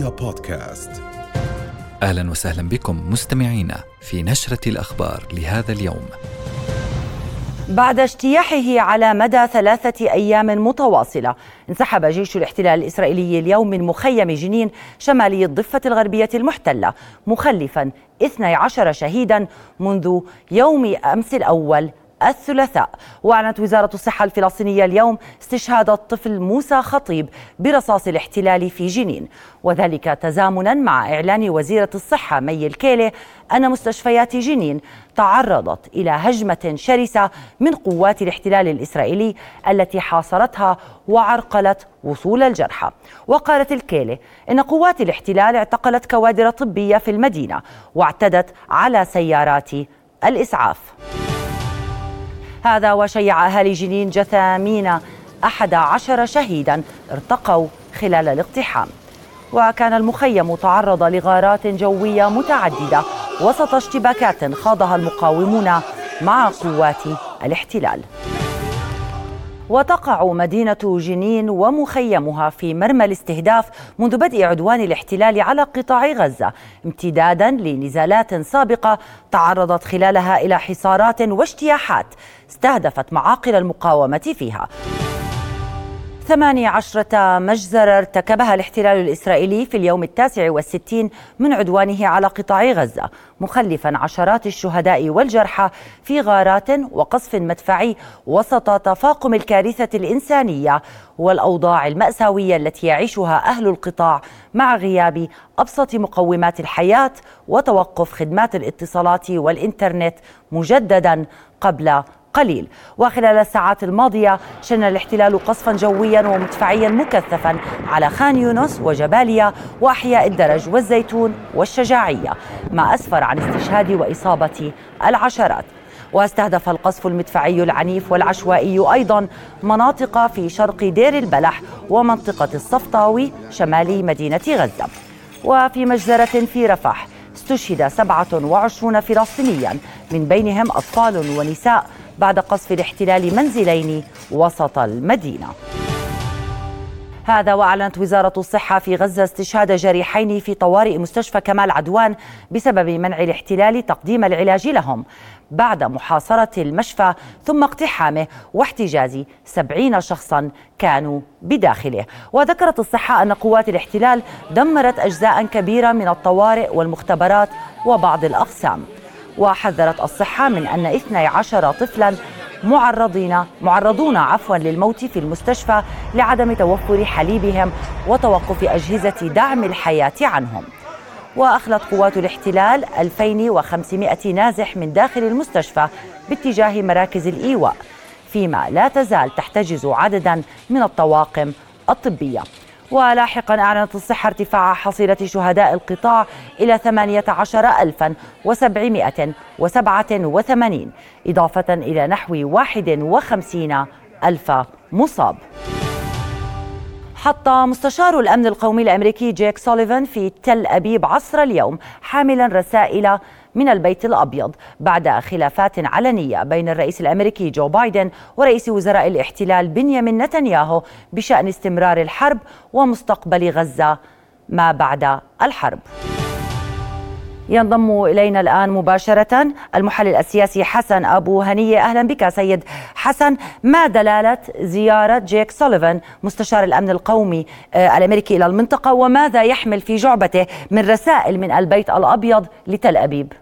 رؤيا بودكاست. أهلا وسهلا بكم مستمعينا في نشرة الأخبار لهذا اليوم. بعد اجتياحه على مدى 3 أيام متواصلة، انسحب جيش الاحتلال الإسرائيلي اليوم من مخيم جنين شمالي الضفة الغربية المحتلة، مخلفا 12 شهيدا منذ يوم أمس الأول الثلاثاء. وأعلنت وزارة الصحة الفلسطينية اليوم استشهاد الطفل موسى خطيب برصاص الاحتلال في جنين، وذلك تزامنا مع إعلان وزيرة الصحة مي الكيلة أن مستشفيات جنين تعرضت إلى هجمة شرسة من قوات الاحتلال الإسرائيلي التي حاصرتها وعرقلت وصول الجرحى. وقالت الكيلة إن قوات الاحتلال اعتقلت كوادر طبية في المدينة واعتدت على سيارات الإسعاف. هذا وشيع أهالي جنين جثامين 11 شهيدا ارتقوا خلال الاقتحام. وكان المخيم تعرض لغارات جوية متعددة وسط اشتباكات خاضها المقاومون مع قوات الاحتلال. وتقع مدينة جنين ومخيمها في مرمى الاستهداف منذ بدء عدوان الاحتلال على قطاع غزة، امتدادا لنزالات سابقة تعرضت خلالها إلى حصارات واجتياحات استهدفت معاقل المقاومة فيها. 18 مجزرة ارتكبها الاحتلال الإسرائيلي في اليوم 69 من عدوانه على قطاع غزة، مخلفا عشرات الشهداء والجرحى في غارات وقصف مدفعي وسط تفاقم الكارثة الإنسانية والأوضاع المأساوية التي يعيشها أهل القطاع مع غياب أبسط مقومات الحياة وتوقف خدمات الاتصالات والإنترنت مجددا قبل قليل. وخلال الساعات الماضية شن الاحتلال قصفا جويا ومدفعيا مكثفا على خان يونس وجباليا وأحياء الدرج والزيتون والشجاعية، ما أسفر عن استشهاد وإصابة العشرات. واستهدف القصف المدفعي العنيف والعشوائي أيضا مناطق في شرق دير البلح ومنطقة الصفطاوي شمال مدينة غزة. وفي مجزرة في رفح استشهد 27 فلسطينيا من بينهم أطفال ونساء بعد قصف الاحتلال منزلين وسط المدينة. هذا وأعلنت وزارة الصحة في غزة استشهاد جريحين في طوارئ مستشفى كمال عدوان بسبب منع الاحتلال تقديم العلاج لهم بعد محاصرة المشفى ثم اقتحامه واحتجاز 70 شخصا كانوا بداخله. وذكرت الصحة أن قوات الاحتلال دمرت أجزاء كبيرة من الطوارئ والمختبرات وبعض الأقسام. وحذرت الصحة من أن 12 طفلا معرضون للموت في المستشفى لعدم توفر حليبهم وتوقف أجهزة دعم الحياة عنهم. وأخلت قوات الاحتلال 2500 نازح من داخل المستشفى باتجاه مراكز الإيواء، فيما لا تزال تحتجز عددا من الطواقم الطبية. ولاحقا أعلنت الصحة ارتفاع حصيلة شهداء القطاع إلى 18787 إضافة إلى نحو 51,000 مصاب. حط مستشار الأمن القومي الأمريكي جيك سوليفان في تل أبيب عصر اليوم حاملا رسائل من البيت الأبيض بعد خلافات علنية بين الرئيس الأمريكي جو بايدن ورئيس وزراء الاحتلال بنيامين نتنياهو بشأن استمرار الحرب ومستقبل غزة ما بعد الحرب. ينضم إلينا الآن مباشرة المحلل السياسي حسن أبو هنية. أهلا بك سيد حسن. ما دلالة زيارة جيك سوليفان مستشار الأمن القومي الأمريكي إلى المنطقة، وماذا يحمل في جعبته من رسائل من البيت الأبيض لتل أبيب؟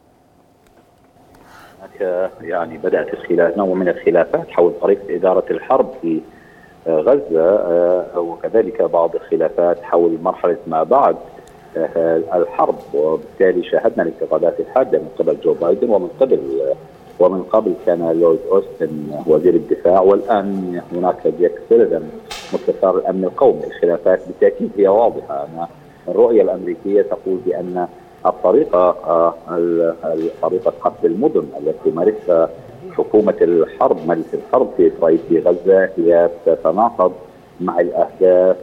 يعني بدأت نوع من الخلافات حول طريقة إدارة الحرب في غزة، وكذلك بعض الخلافات حول مرحلة ما بعد الحرب، وبالتالي شاهدنا الانتقادات الحادة من قبل جو بايدن ومن قبل كان لورد أوستن وزير الدفاع، والآن هناك جيك سوليفان مستشار الأمن القومي. الخلافات بالتأكيد هي واضحة. أن الرؤية الأمريكية تقول بأن طريقة قتل المدن التي تمارسها حكومة الحرب مجلس الحرب في إسرائيل في غزة هي تتناقض مع الأهداف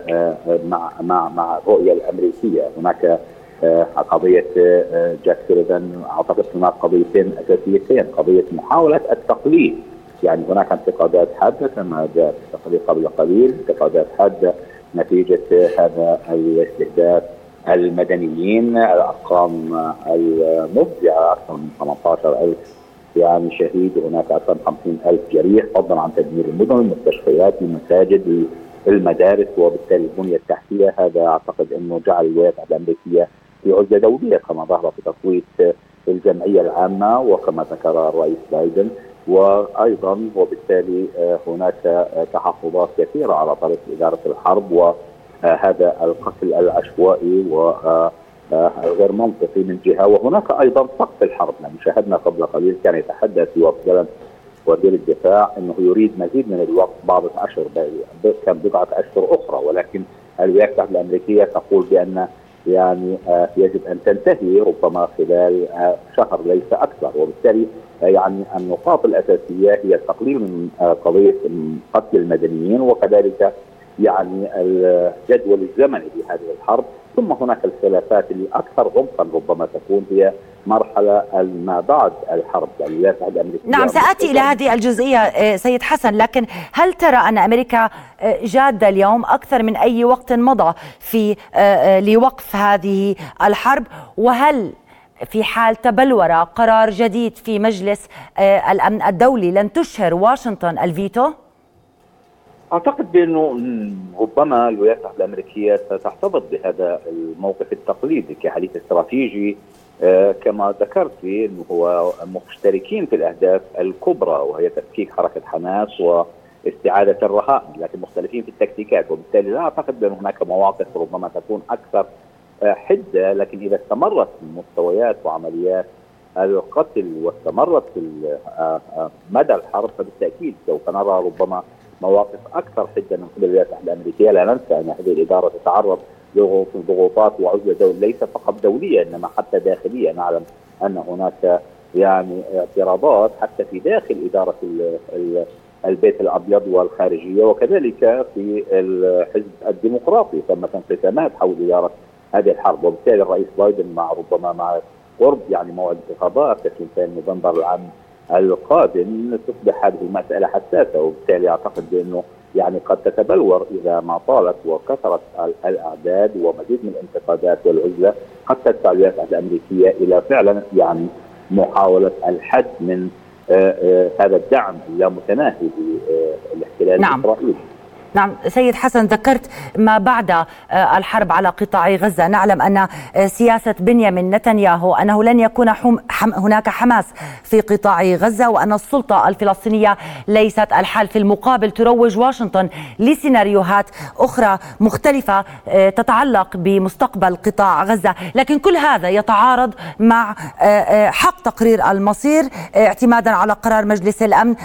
مع الرؤية الأمريكية. هناك قضية جاك سوليفان، أعتقد هناك قضيتين أساسيتين: قضية محاولة التقليد، يعني هناك انتقادات حادة كما جاء في التقرير قبل قليل، انتقادات حادة نتيجة هذا الاستهداف المدنيين. الأرقام المفزعة أكثر من 18,000 يعني شهيد، وهناك أكثر من 50,000 جريح، فضلا عن تدمير المدن، المستشفيات، المساجد، المدارس، وبالتالي البنية التحتية. هذا أعتقد أنه جعل الولايات المتحدة الأمريكية في عزلة دولية كما ظهر في تصويت الجمعية العامة وكما ذكر الرئيس بايدن. وأيضا وبالتالي هناك تحفظات كثيرة على طريق إدارة الحرب، وهذا القتل العشوائي وغير منطقي من جهة، وهناك أيضا سقف الحرب. شاهدنا قبل قليل كان يتحدث يوفي وزير الدفاع أنه يريد مزيد من الوقت، بعض الأشهر، كان بضعة أشهر أخرى، ولكن الولايات المتحدة الأمريكية تقول بأن يعني يجب أن تنتهي ربما خلال شهر ليس أكثر. وبالتالي يعني النقاط الأساسية هي التقليل من قضية قتل المدنيين، وكذلك يعني الجدول الزمني لهذه الحرب. ثم هناك الخلافات الأكثر عمقا ربما تكون هي مرحلة ما بعد الحرب. الولايات المتحدة الأمريكية نعم، سآتي إلى هذه الجزئية سيد حسن، لكن هل ترى أن أمريكا جادة اليوم أكثر من أي وقت مضى في لوقف هذه الحرب؟ وهل في حال تبلور قرار جديد في مجلس الأمن الدولي لن تشهر واشنطن الفيتو؟ أعتقد بأنه ربما الولايات المتحدة الأمريكية ستحتفظ بهذا الموقف التقليدي كحليف استراتيجي، كما ذكرت أنه هو مشتركين في الأهداف الكبرى وهي تفكيك حركة حماس واستعادة الرهائن، لكن مختلفين في التكتيكات. وبالتالي لا أعتقد بأن هناك مواقف ربما تكون أكثر حدة. لكن إذا استمرت مستويات وعمليات القتل واستمرت في مدى الحرب فبالتأكيد سوف نرى ربما مواقف أكثر حدة من قبل الولايات المتحدة الأمريكية. لا ننسى أن هذه الإدارة تتعرض لضغوطات وعزلة ليس فقط دولية إنما حتى داخلية. نعلم أن هناك يعني اعتراضات حتى في داخل إدارة البيت الأبيض والخارجية، وكذلك في الحزب الديمقراطي ثمة انقسامات حول إدارة هذه الحرب. وبالتالي الرئيس بايدن مع قرب يعني موعد الانتخابات 30 نوفمبر العام القادم تصبح هذه المسألة حساسة، وبالتالي أعتقد بأنه يعني قد تتبلور إذا ما طالت وكثرت الأعداد ومزيد من الانتقادات والعزلة، قد تدفع الولايات المتحدة الأمريكية إلى فعلا يعني محاولة الحد من هذا الدعم اللامتناهي للاحتلال الإسرائيلي. نعم سيد حسن، ذكرت ما بعد الحرب على قطاع غزة. نعلم أن سياسة بنيامين نتنياهو أنه لن يكون هناك حماس في قطاع غزة وأن السلطة الفلسطينية ليست الحل. في المقابل تروج واشنطن لسيناريوهات أخرى مختلفة تتعلق بمستقبل قطاع غزة، لكن كل هذا يتعارض مع حق تقرير المصير اعتمادا على قرار مجلس الأمن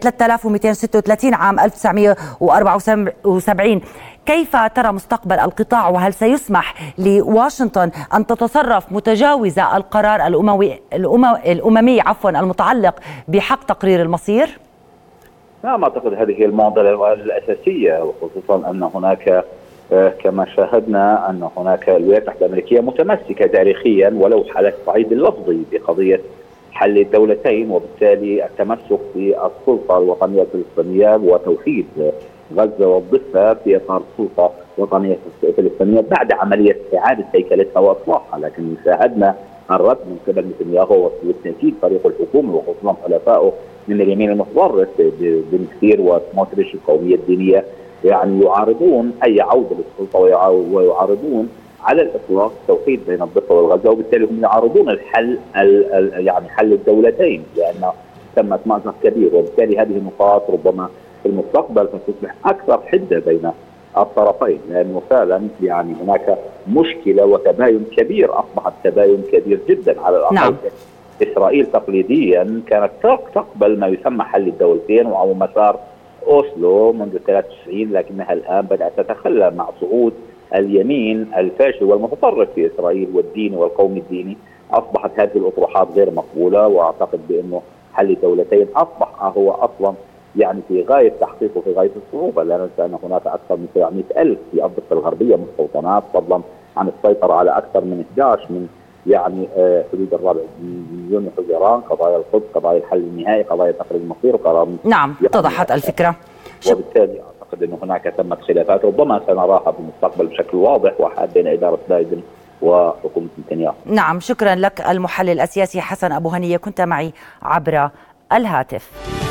3236 عام 1974. كيف ترى مستقبل القطاع، وهل سيسمح لواشنطن أن تتصرف متجاوزة القرار الأممي المتعلق بحق تقرير المصير؟ نعم، أعتقد هذه هي المعضلة الأساسية، وخصوصا أن هناك كما شاهدنا أن هناك الولايات المتحدة الأمريكية متمسكة تاريخيا ولو على الصعيد اللفظي بقضية حل الدولتين، وبالتالي التمسك بالسلطة الوطنية الفلسطينية وتوحيد غزة والضفة في إطار سلطة وطنية فلسطينية بعد عملية إعادة هيكلتها وإصلاحها. لكن شاهدنا الرد من قبل نتنياهو والتنفيذ فريق الحكومة وخصوصا حلفائه من اليمين المتطرف بن كثير وسموتريتش القومية الدينية يعني يعارضون أي عودة للسلطة ويعارضون على الإطلاق التوحيد بين الضفة والغزة، وبالتالي هم يعارضون الحل يعني حل الدولتين لأن ثمة مأزق كبير. وبالتالي هذه النقاط ربما في المستقبل ستصبح أكثر حدة بين الطرفين، لأنه فعلا يعني هناك مشكلة وتباين كبير، أصبح التباين كبير جدا. على الأقل نعم. إسرائيل تقليديا كانت تقبل ما يسمى حل الدولتين وعلى مسار أوسلو منذ 93، لكنها الآن بدأت تتخلى مع صعود اليمين الفاشل والمتطرف في إسرائيل والدين والقوم الديني. أصبحت هذه الأطروحات غير مقبولة، وأعتقد بأنه حل الدولتين أصبح هو أصلا يعني في غاية تحقيقه في غاية الصعوبة. لا ننسى أن هناك أكثر من 700,000 في الضفة الغربية مستوطنات، فضلا عن السيطرة على أكثر من 11 من يعني حدود 4 مليون حجران، قضايا القدس، قضايا الحل النهائي، قضايا تقرير المصير وقرار. نعم اتضحت الفكرة. وبالتالي أعتقد أن هناك ثمة خلافات ربما سنراها في المستقبل بشكل واضح وحاد بين إدارة بايدن وحكومة نتنياهو. نعم، شكرا لك المحلل السياسي حسن أبو هنية، كنت معي عبر الهاتف.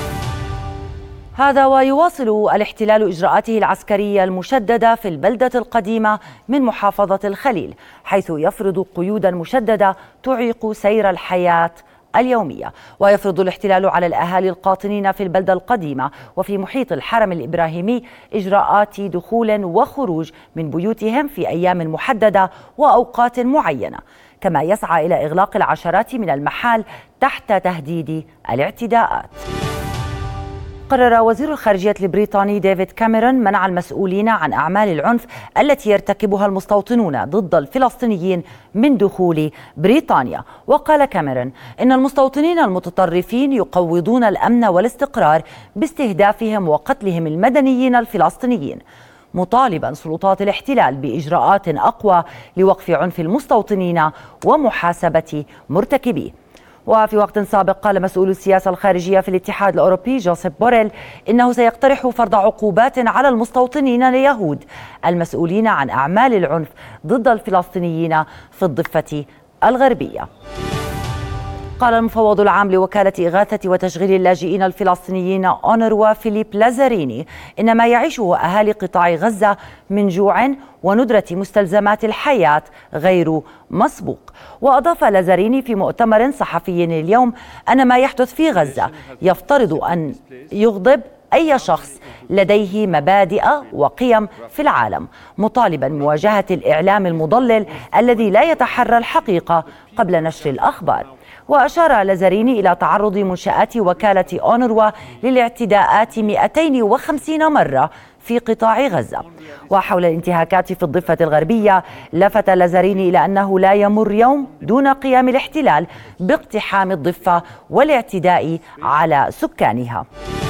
هذا ويواصل الاحتلال إجراءاته العسكرية المشددة في البلدة القديمة من محافظة الخليل، حيث يفرض قيودا مشددة تعيق سير الحياة اليومية. ويفرض الاحتلال على الأهالي القاطنين في البلدة القديمة وفي محيط الحرم الإبراهيمي إجراءات دخول وخروج من بيوتهم في أيام محددة وأوقات معينة، كما يسعى إلى إغلاق العشرات من المحال تحت تهديد الاعتداءات. قرر وزير الخارجية البريطاني ديفيد كاميرون منع المسؤولين عن أعمال العنف التي يرتكبها المستوطنون ضد الفلسطينيين من دخول بريطانيا. وقال كاميرون إن المستوطنين المتطرفين يقوضون الأمن والاستقرار باستهدافهم وقتلهم المدنيين الفلسطينيين، مطالبا سلطات الاحتلال بإجراءات أقوى لوقف عنف المستوطنين ومحاسبة مرتكبيه. وفي وقت سابق قال مسؤول السياسة الخارجية في الاتحاد الأوروبي جوزيف بوريل إنه سيقترح فرض عقوبات على المستوطنين اليهود المسؤولين عن أعمال العنف ضد الفلسطينيين في الضفة الغربية. قال المفوض العام لوكالة إغاثة وتشغيل اللاجئين الفلسطينيين أونروا فيليب لازاريني إن ما يعيشه أهالي قطاع غزة من جوع وندرة مستلزمات الحياة غير مسبوق. وأضاف لازاريني في مؤتمر صحفي اليوم أن ما يحدث في غزة يفترض أن يغضب أي شخص لديه مبادئ وقيم في العالم، مطالبا مواجهة الإعلام المضلل الذي لا يتحرى الحقيقة قبل نشر الأخبار. وأشار لازاريني إلى تعرض منشآت وكالة أونروا للاعتداءات 250 مرة في قطاع غزة. وحول الانتهاكات في الضفة الغربية لفت لازاريني إلى أنه لا يمر يوم دون قيام الاحتلال باقتحام الضفة والاعتداء على سكانها.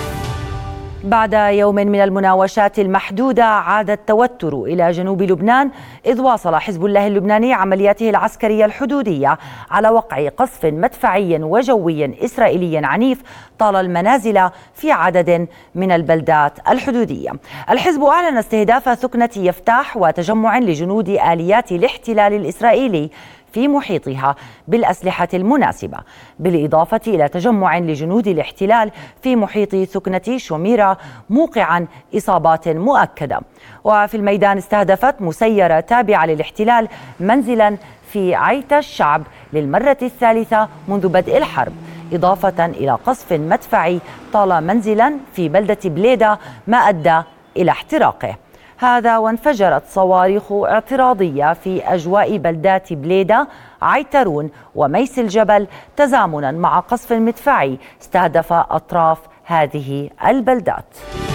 بعد يوم من المناوشات المحدودة عاد التوتر إلى جنوب لبنان، إذ واصل حزب الله اللبناني عملياته العسكرية الحدودية على وقع قصف مدفعي وجوي إسرائيلي عنيف طال المنازل في عدد من البلدات الحدودية. الحزب أعلن استهداف ثكنة يفتاح وتجمع لجنود آليات الاحتلال الإسرائيلي في محيطها بالأسلحة المناسبة، بالإضافة إلى تجمع لجنود الاحتلال في محيط ثكنة شوميرة موقعا إصابات مؤكدة. وفي الميدان استهدفت مسيرة تابعة للاحتلال منزلا في عيت الشعب للمرة الثالثة منذ بدء الحرب، إضافة إلى قصف مدفعي طال منزلا في بلدة بليدة ما أدى إلى احتراقه. هذا وانفجرت صواريخ اعتراضية في أجواء بلدات بليدة، عيترون وميس الجبل، تزامنا مع قصف مدفعي استهدف أطراف هذه البلدات.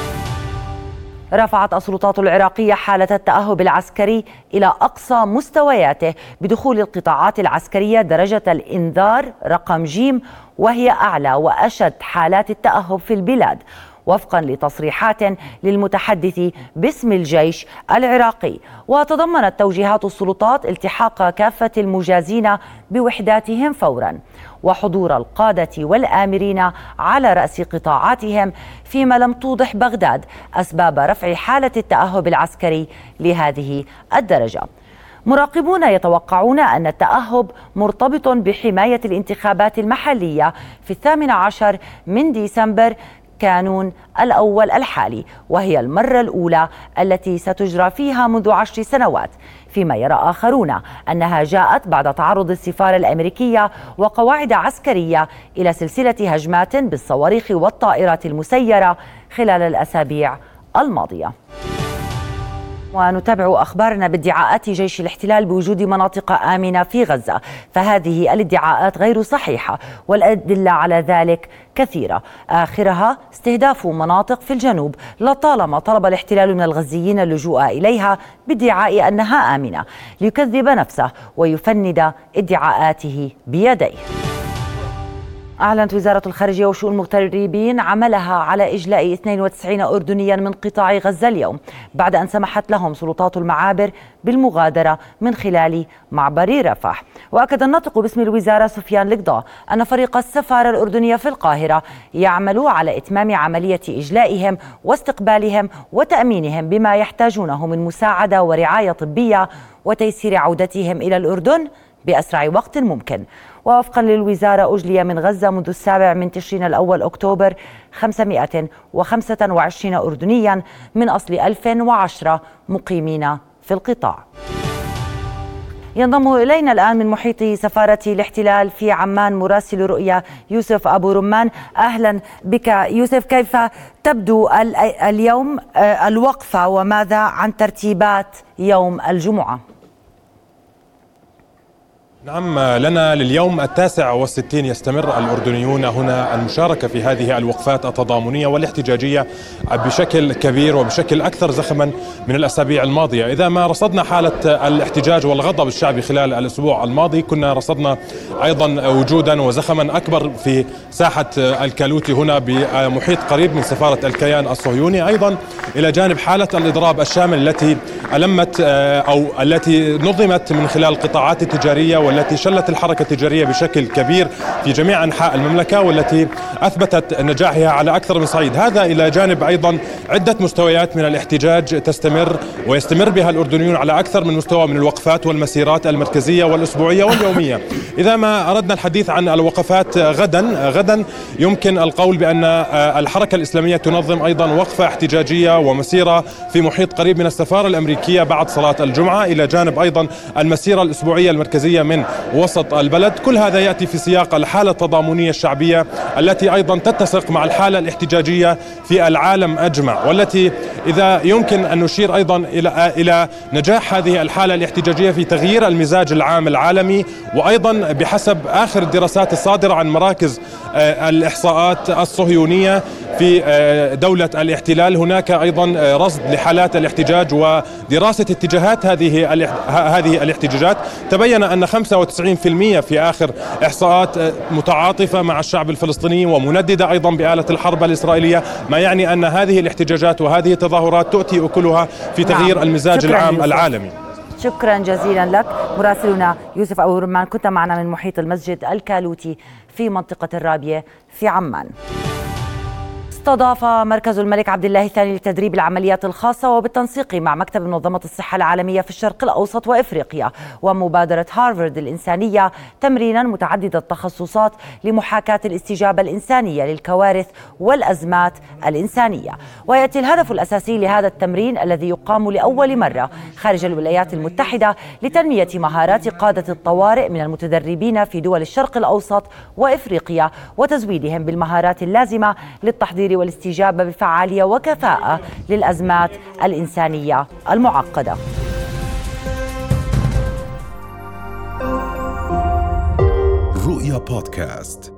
رفعت السلطات العراقية حالة التأهب العسكري إلى أقصى مستوياته بدخول القطاعات العسكرية درجة الإنذار رقم ج، وهي أعلى وأشد حالات التأهب في البلاد، وفقا لتصريحات للمتحدث باسم الجيش العراقي. وتضمنت توجيهات السلطات التحاق كافة المجازين بوحداتهم فورا، وحضور القادة والآمرين على رأس قطاعاتهم، فيما لم توضح بغداد أسباب رفع حالة التأهب العسكري لهذه الدرجة. مراقبون يتوقعون أن التأهب مرتبط بحماية الانتخابات المحلية في 18 من ديسمبر كانون الأول الحالي، وهي المرة الأولى التي ستجرى فيها منذ 10 سنوات، فيما يرى آخرون أنها جاءت بعد تعرض السفارة الأمريكية وقواعد عسكرية إلى سلسلة هجمات بالصواريخ والطائرات المسيرة خلال الأسابيع الماضية. ونتابع أخبارنا بادعاءات جيش الاحتلال بوجود مناطق آمنة في غزة، فهذه الادعاءات غير صحيحة والأدلة على ذلك كثيرة، آخرها استهداف مناطق في الجنوب لطالما طلب الاحتلال من الغزيين اللجوء إليها بادعاء أنها آمنة ليكذب نفسه ويفند ادعاءاته بيديه. أعلنت وزارة الخارجية وشؤون المغتربين عملها على إجلاء 92 أردنيا من قطاع غزة اليوم بعد أن سمحت لهم سلطات المعابر بالمغادرة من خلال معبر رفح. وأكد الناطق باسم الوزارة سفيان القضاء أن فريق السفارة الأردنية في القاهرة يعمل على إتمام عملية إجلائهم واستقبالهم وتأمينهم بما يحتاجونه من مساعدة ورعاية طبية وتيسير عودتهم إلى الأردن بأسرع وقت ممكن. ووفقا للوزارة أجلي من غزة منذ 7 تشرين الأول أكتوبر 525 أردنيا من أصل 1010 مقيمين في القطاع. ينضم إلينا الآن من محيط سفارة الاحتلال في عمان مراسل رؤيا يوسف أبو رمان. أهلا بك يوسف، كيف تبدو اليوم الوقفة وماذا عن ترتيبات يوم الجمعة؟ نعم، لنا لليوم 69 يستمر الأردنيون هنا المشاركة في هذه الوقفات التضامنية والاحتجاجية بشكل كبير وبشكل أكثر زخما من الأسابيع الماضية. إذا ما رصدنا حالة الاحتجاج والغضب الشعبي خلال الأسبوع الماضي، كنا رصدنا أيضا وجودا وزخما أكبر في ساحة الكالوتي هنا بمحيط قريب من سفارة الكيان الصهيوني، أيضا إلى جانب حالة الإضراب الشامل التي ألمت أو التي نظمت من خلال القطاعات التجارية والتي شلت الحركة التجارية بشكل كبير في جميع أنحاء المملكة والتي أثبتت نجاحها على أكثر من صعيد. هذا إلى جانب أيضا عدة مستويات من الاحتجاج تستمر ويستمر بها الأردنيون على أكثر من مستوى من الوقفات والمسيرات المركزية والأسبوعية واليومية. إذا ما أردنا الحديث عن الوقفات غدا يمكن القول بأن الحركة الإسلامية تنظم أيضا وقفة احتجاجية ومسيرة في محيط قريب من السفارة الأمريكية بعد صلاة الجمعة، إلى جانب أيضا المسيرة الأسبوعية المركزية من وسط البلد. كل هذا يأتي في سياق الحالة التضامنية الشعبية التي أيضا تتسق مع الحالة الاحتجاجية في العالم أجمع، والتي إذا يمكن أن نشير أيضا إلى نجاح هذه الحالة الاحتجاجية في تغيير المزاج العام العالمي. وأيضا بحسب آخر الدراسات الصادرة عن مراكز الإحصاءات الصهيونية في دولة الاحتلال، هناك أيضا رصد لحالات الاحتجاج ودراسة اتجاهات هذه الاحتجاجات. تبين أن 95% في آخر إحصاءات متعاطفة مع الشعب الفلسطيني ومنددة أيضا بآلة الحرب الإسرائيلية، ما يعني أن هذه الاحتجاجات وهذه التظاهرات تؤتي أكلها في تغيير المزاج العام العالمي. شكرا جزيلا لك مراسلنا يوسف أبو رمان، كنت معنا من محيط المسجد الكالوتي في منطقة الرابية في عمان. استضاف مركز الملك عبد الله الثاني لتدريب العمليات الخاصة وبالتنسيق مع مكتب منظمة الصحة العالمية في الشرق الأوسط وإفريقيا ومبادرة هارفارد الإنسانية تمرينا متعدد التخصصات لمحاكاة الاستجابة الإنسانية للكوارث والأزمات الإنسانية. ويأتي الهدف الأساسي لهذا التمرين الذي يقام لأول مرة خارج الولايات المتحدة لتنمية مهارات قادة الطوارئ من المتدربين في دول الشرق الأوسط وإفريقيا وتزويدهم بالمهارات اللازمة للتحضير والاستجابة بفعالية وكفاءة للأزمات الإنسانية المعقدة. رؤيا بودكاست.